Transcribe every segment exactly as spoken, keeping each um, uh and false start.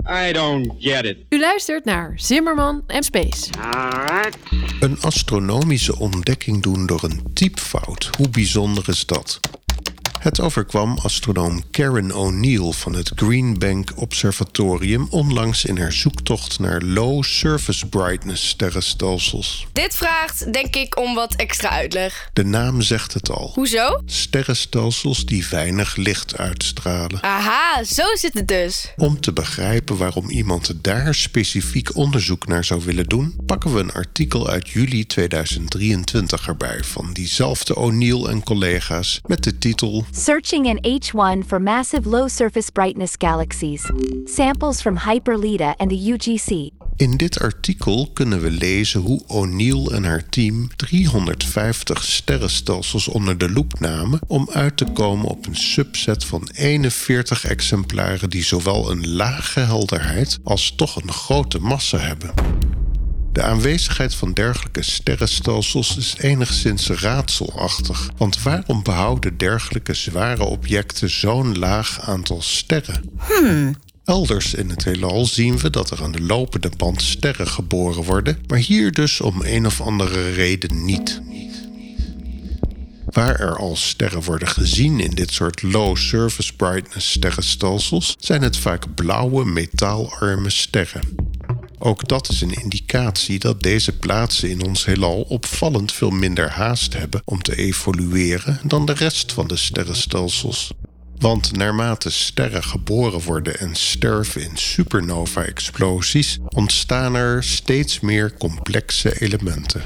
I don't get it. U luistert naar Zimmerman en Space. Alright. Een astronomische ontdekking doen door een typfout. Hoe bijzonder is dat? Het overkwam astronoom Karen O'Neill van het Green Bank Observatorium onlangs in haar zoektocht naar low surface brightness sterrenstelsels. Dit vraagt, denk ik, om wat extra uitleg. De naam zegt het al. Hoezo? Sterrenstelsels die weinig licht uitstralen. Aha, zo zit het dus. Om te begrijpen waarom iemand daar specifiek onderzoek naar zou willen doen, pakken we een artikel uit juli tweeduizend drieëntwintig erbij van diezelfde O'Neill en collega's met de titel Searching in H one for Massive Low Surface Brightness Galaxies. Samples from Hyperleda and the U G C. In dit artikel kunnen we lezen hoe O'Neill en haar team driehonderdvijftig sterrenstelsels onder de loep namen om uit te komen op een subset van eenenveertig exemplaren die zowel een lage helderheid als toch een grote massa hebben. De aanwezigheid van dergelijke sterrenstelsels is enigszins raadselachtig, want waarom behouden dergelijke zware objecten zo'n laag aantal sterren? Hmm. Elders in het heelal zien we dat er aan de lopende band sterren geboren worden, maar hier dus om een of andere reden niet. Waar er al sterren worden gezien in dit soort low surface brightness sterrenstelsels, zijn het vaak blauwe metaalarme sterren. Ook dat is een indicatie dat deze plaatsen in ons heelal opvallend veel minder haast hebben om te evolueren dan de rest van de sterrenstelsels. Want naarmate sterren geboren worden en sterven in supernova-explosies, ontstaan er steeds meer complexe elementen.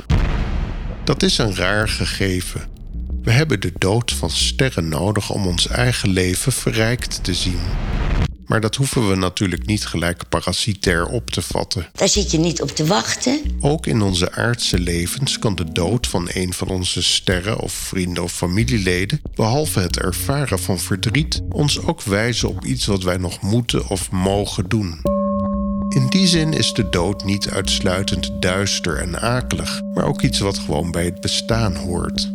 Dat is een raar gegeven. We hebben de dood van sterren nodig om ons eigen leven verrijkt te zien. Maar dat hoeven we natuurlijk niet gelijk parasitair op te vatten. Daar zit je niet op te wachten. Ook in onze aardse levens kan de dood van een van onze sterren of vrienden of familieleden, behalve het ervaren van verdriet, ons ook wijzen op iets wat wij nog moeten of mogen doen. In die zin is de dood niet uitsluitend duister en akelig, maar ook iets wat gewoon bij het bestaan hoort.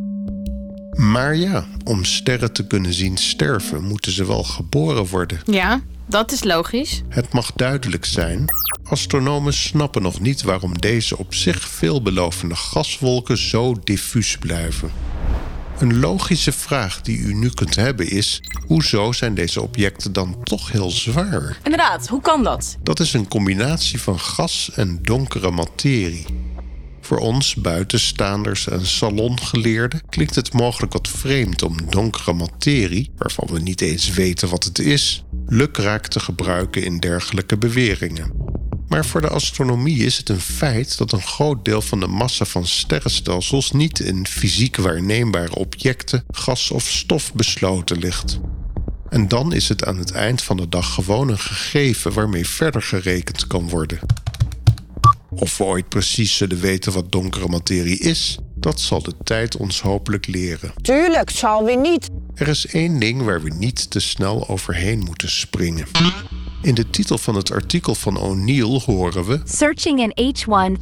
Maar ja, om sterren te kunnen zien sterven, moeten ze wel geboren worden. Ja, dat is logisch. Het mag duidelijk zijn, astronomen snappen nog niet waarom deze op zich veelbelovende gaswolken zo diffuus blijven. Een logische vraag die u nu kunt hebben is, hoezo zijn deze objecten dan toch heel zwaar? Inderdaad, hoe kan dat? Dat is een combinatie van gas en donkere materie. Voor ons buitenstaanders en salongeleerden klinkt het mogelijk wat vreemd om donkere materie, waarvan we niet eens weten wat het is, lukraak te gebruiken in dergelijke beweringen. Maar voor de astronomie is het een feit dat een groot deel van de massa van sterrenstelsels niet in fysiek waarneembare objecten, gas of stof besloten ligt. En dan is het aan het eind van de dag gewoon een gegeven waarmee verder gerekend kan worden. Of we ooit precies zullen weten wat donkere materie is, dat zal de tijd ons hopelijk leren. Tuurlijk, zal weer niet. Er is één ding waar we niet te snel overheen moeten springen. In de titel van het artikel van O'Neill horen we Searching in H one.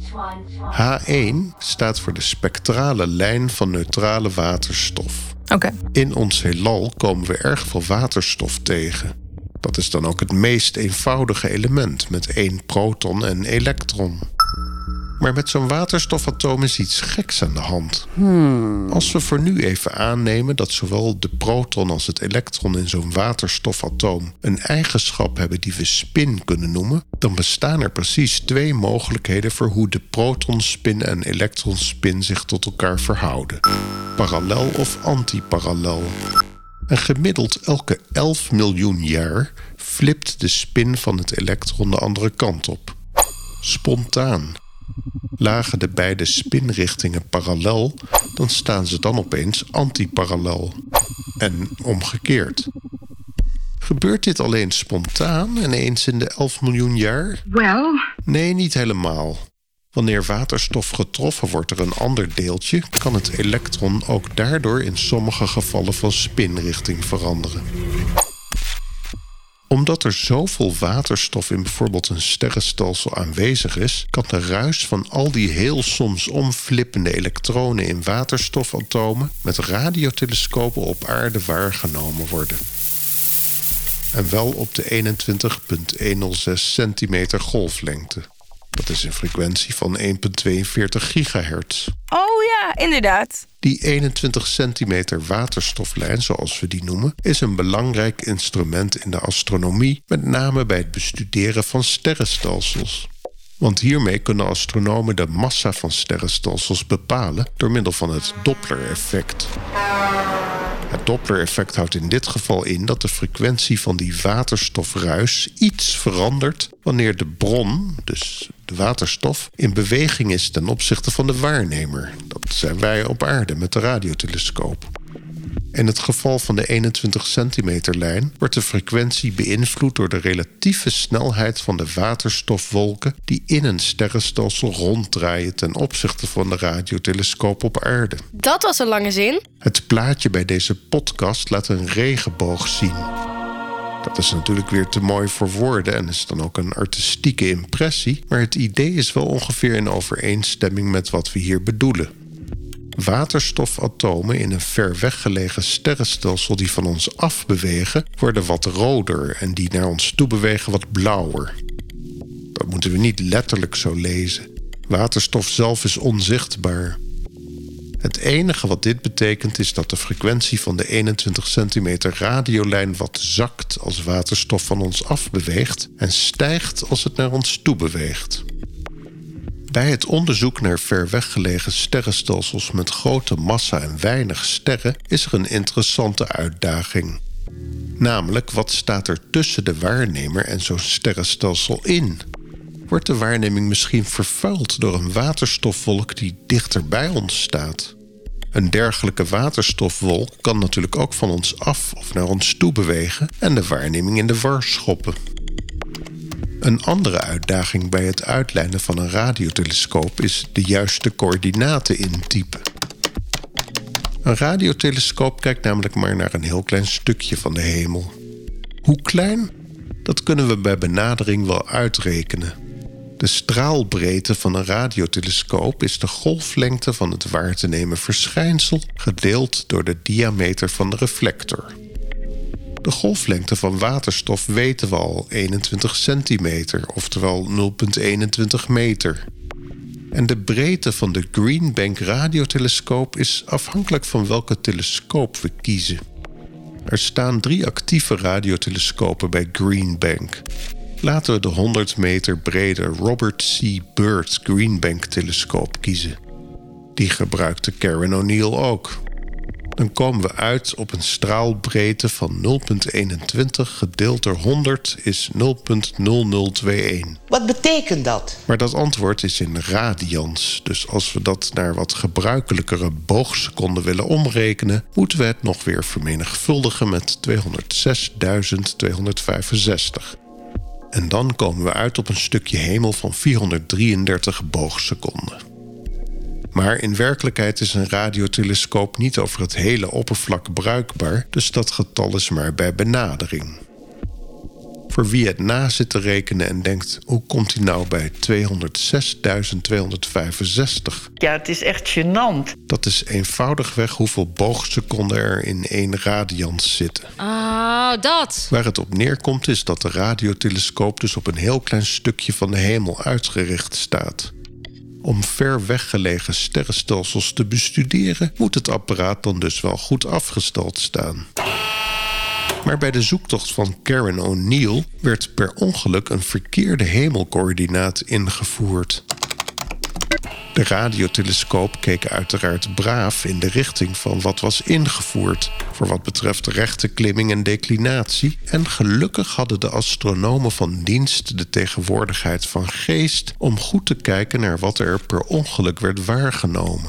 H één staat voor de spectrale lijn van neutrale waterstof. Oké. Okay. In ons heelal komen we erg veel waterstof tegen. Dat is dan ook het meest eenvoudige element met één proton en elektron. Maar met zo'n waterstofatoom is iets geks aan de hand. Hmm. Als we voor nu even aannemen dat zowel de proton als het elektron in zo'n waterstofatoom een eigenschap hebben die we spin kunnen noemen, dan bestaan er precies twee mogelijkheden voor hoe de protonspin en elektronspin zich tot elkaar verhouden. Parallel of antiparallel. En gemiddeld elke elf miljoen jaar flipt de spin van het elektron de andere kant op. Spontaan. Lagen de beide spinrichtingen parallel, dan staan ze dan opeens antiparallel. En omgekeerd. Gebeurt dit alleen spontaan en eens in de elf miljoen jaar? Wel? Nee, niet helemaal. Wanneer waterstof getroffen wordt door een ander deeltje, kan het elektron ook daardoor in sommige gevallen van spinrichting veranderen. Omdat er zoveel waterstof in bijvoorbeeld een sterrenstelsel aanwezig is, kan de ruis van al die heel soms omflippende elektronen in waterstofatomen met radiotelescopen op aarde waargenomen worden. En wel op de eenentwintig komma honderdzes centimeter golflengte. Dat is een frequentie van één komma tweeënveertig gigahertz. Oh ja, inderdaad. Die eenentwintig centimeter waterstoflijn, zoals we die noemen, is een belangrijk instrument in de astronomie, met name bij het bestuderen van sterrenstelsels. Want hiermee kunnen astronomen de massa van sterrenstelsels bepalen door middel van het Doppler-effect. Het Doppler-effect houdt in dit geval in dat de frequentie van die waterstofruis iets verandert wanneer de bron, dus de waterstof, in beweging is ten opzichte van de waarnemer. Dat zijn wij op aarde met de radiotelescoop. In het geval van de eenentwintig centimeter lijn wordt de frequentie beïnvloed door de relatieve snelheid van de waterstofwolken die in een sterrenstelsel ronddraaien ten opzichte van de radiotelescoop op aarde. Dat was een lange zin. Het plaatje bij deze podcast laat een regenboog zien. Dat is natuurlijk weer te mooi voor woorden en is dan ook een artistieke impressie, maar het idee is wel ongeveer in overeenstemming met wat we hier bedoelen. Waterstofatomen in een ver weggelegen sterrenstelsel die van ons afbewegen, worden wat roder en die naar ons toe bewegen wat blauwer. Dat moeten we niet letterlijk zo lezen. Waterstof zelf is onzichtbaar. Het enige wat dit betekent is dat de frequentie van de eenentwintig centimeter radiolijn wat zakt als waterstof van ons afbeweegt en stijgt als het naar ons toe beweegt. Bij het onderzoek naar ver weggelegen sterrenstelsels met grote massa en weinig sterren is er een interessante uitdaging. Namelijk, wat staat er tussen de waarnemer en zo'n sterrenstelsel in? Wordt de waarneming misschien vervuild door een waterstofwolk die dichter bij ons staat? Een dergelijke waterstofwolk kan natuurlijk ook van ons af of naar ons toe bewegen en de waarneming in de war schoppen. Een andere uitdaging bij het uitlijnen van een radiotelescoop is de juiste coördinaten intypen. Een radiotelescoop kijkt namelijk maar naar een heel klein stukje van de hemel. Hoe klein? Dat kunnen we bij benadering wel uitrekenen. De straalbreedte van een radiotelescoop is de golflengte van het waar te nemen verschijnsel gedeeld door de diameter van de reflector. De golflengte van waterstof weten we al, eenentwintig centimeter, oftewel nul komma eenentwintig meter. En de breedte van de Green Bank radiotelescoop is afhankelijk van welke telescoop we kiezen. Er staan drie actieve radiotelescopen bij Green Bank. Laten we de honderd meter brede Robert C. Byrd Green Bank telescoop kiezen. Die gebruikte Karen O'Neill ook. Dan komen we uit op een straalbreedte van nul komma eenentwintig gedeeld door honderd is nul komma nul nul eenentwintig. Wat betekent dat? Maar dat antwoord is in radians. Dus als we dat naar wat gebruikelijkere boogseconden willen omrekenen, moeten we het nog weer vermenigvuldigen met tweehonderdzesduizend tweehonderdvijfenzestig. En dan komen we uit op een stukje hemel van vierhonderddrieëndertig boogseconden. Maar in werkelijkheid is een radiotelescoop niet over het hele oppervlak bruikbaar, dus dat getal is maar bij benadering. Voor wie het na zit te rekenen en denkt, hoe komt hij nou bij tweehonderdzesduizend tweehonderdvijfenzestig? Ja, het is echt gênant. Dat is eenvoudigweg hoeveel boogseconden er in één radians zitten. Ah, dat. Waar het op neerkomt is dat de radiotelescoop dus op een heel klein stukje van de hemel uitgericht staat. Om ver weggelegen sterrenstelsels te bestuderen, moet het apparaat dan dus wel goed afgesteld staan. Maar bij de zoektocht van Karen O'Neill werd per ongeluk een verkeerde hemelcoördinaat ingevoerd. De radiotelescoop keek uiteraard braaf in de richting van wat was ingevoerd, voor wat betreft rechte klimming en declinatie, en gelukkig hadden de astronomen van dienst de tegenwoordigheid van geest om goed te kijken naar wat er per ongeluk werd waargenomen.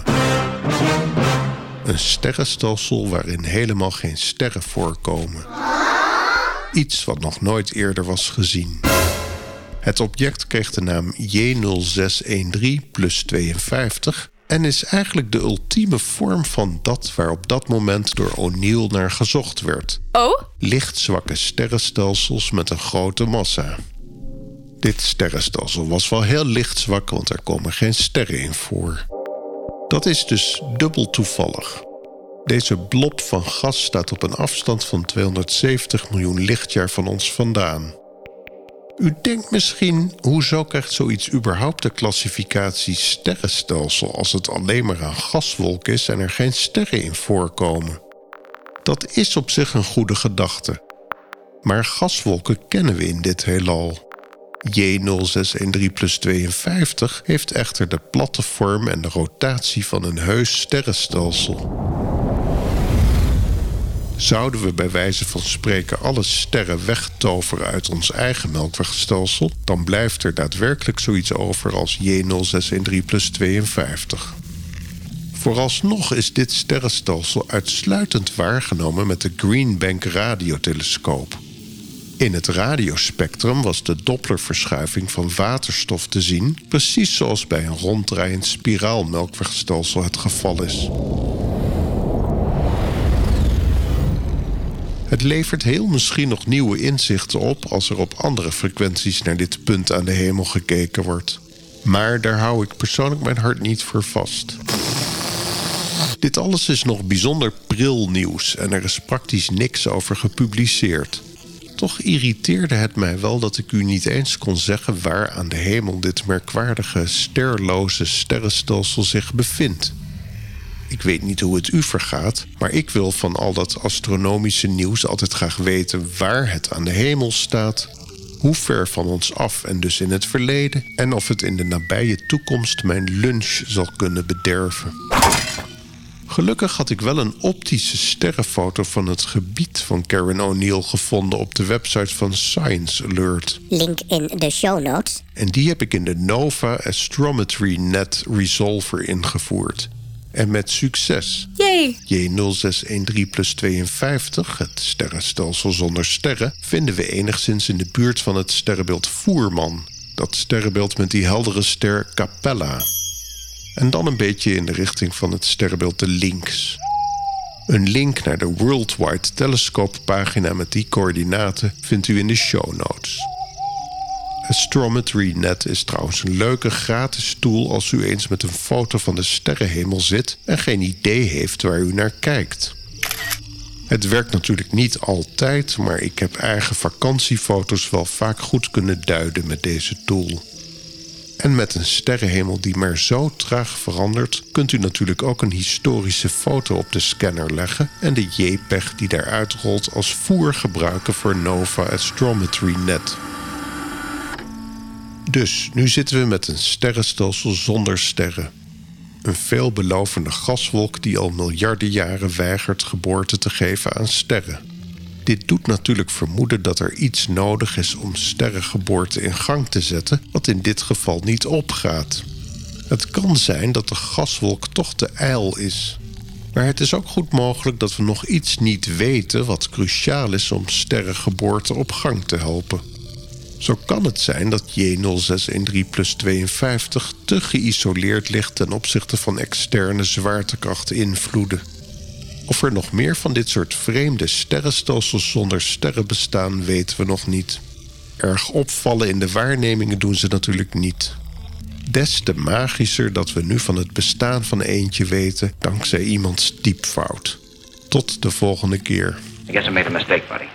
Een sterrenstelsel waarin helemaal geen sterren voorkomen. Iets wat nog nooit eerder was gezien. Het object kreeg de naam J nul zes een drie plus tweeënvijftig en is eigenlijk de ultieme vorm van dat waar op dat moment door O'Neill naar gezocht werd. Oh? Lichtzwakke sterrenstelsels met een grote massa. Dit sterrenstelsel was wel heel lichtzwak, want er komen geen sterren in voor. Dat is dus dubbel toevallig. Deze blob van gas staat op een afstand van tweehonderdzeventig miljoen lichtjaar van ons vandaan. U denkt misschien, hoezo krijgt zoiets überhaupt de klassificatie sterrenstelsel als het alleen maar een gaswolk is en er geen sterren in voorkomen? Dat is op zich een goede gedachte. Maar gaswolken kennen we in dit heelal. J nul zes een drie plus tweeënvijftig heeft echter de platte vorm en de rotatie van een heus sterrenstelsel. Zouden we bij wijze van spreken alle sterren wegtoveren uit ons eigen melkwegstelsel, dan blijft er daadwerkelijk zoiets over als J nul zes een drie plus tweeënvijftig. Vooralsnog is dit sterrenstelsel uitsluitend waargenomen met de Green Bank radiotelescoop. In het radiospectrum was de Dopplerverschuiving van waterstof te zien, precies zoals bij een ronddraaiend spiraalmelkwegstelsel het geval is. Het levert heel misschien nog nieuwe inzichten op als er op andere frequenties naar dit punt aan de hemel gekeken wordt. Maar daar hou ik persoonlijk mijn hart niet voor vast. Dit alles is nog bijzonder pril nieuws en er is praktisch niks over gepubliceerd. Toch irriteerde het mij wel dat ik u niet eens kon zeggen waar aan de hemel dit merkwaardige sterloze sterrenstelsel zich bevindt. Ik weet niet hoe het u vergaat, maar ik wil van al dat astronomische nieuws altijd graag weten waar het aan de hemel staat, hoe ver van ons af en dus in het verleden, en of het in de nabije toekomst mijn lunch zal kunnen bederven. Gelukkig had ik wel een optische sterrenfoto van het gebied van Karen O'Neill gevonden op de website van Science Alert. Link in de show notes. En die heb ik in de NOVA Astrometry Net Resolver ingevoerd. En met succes. Jee! J nul zes een drie plus tweeënvijftig, het sterrenstelsel zonder sterren, vinden we enigszins in de buurt van het sterrenbeeld Voerman. Dat sterrenbeeld met die heldere ster Capella. En dan een beetje in de richting van het sterrenbeeld de Lynx. Een link naar de Worldwide Telescope pagina met die coördinaten vindt u in de show notes. Astrometry Net is trouwens een leuke gratis tool als u eens met een foto van de sterrenhemel zit en geen idee heeft waar u naar kijkt. Het werkt natuurlijk niet altijd, maar ik heb eigen vakantiefoto's wel vaak goed kunnen duiden met deze tool. En met een sterrenhemel die maar zo traag verandert, kunt u natuurlijk ook een historische foto op de scanner leggen en de JPEG die daaruit rolt als voer gebruiken voor NOVA Astrometry Net. Dus, nu zitten we met een sterrenstelsel zonder sterren. Een veelbelovende gaswolk die al miljarden jaren weigert geboorte te geven aan sterren. Dit doet natuurlijk vermoeden dat er iets nodig is om sterrengeboorte in gang te zetten, wat in dit geval niet opgaat. Het kan zijn dat de gaswolk toch te ijl is. Maar het is ook goed mogelijk dat we nog iets niet weten wat cruciaal is om sterrengeboorte op gang te helpen. Zo kan het zijn dat J nul zes een drie plus tweeënvijftig te geïsoleerd ligt ten opzichte van externe zwaartekrachtinvloeden. Of er nog meer van dit soort vreemde sterrenstelsels zonder sterren bestaan, weten we nog niet. Erg opvallen in de waarnemingen doen ze natuurlijk niet. Des te magischer dat we nu van het bestaan van eentje weten, dankzij iemands typfout. Tot de volgende keer. I guess I made a mistake, buddy.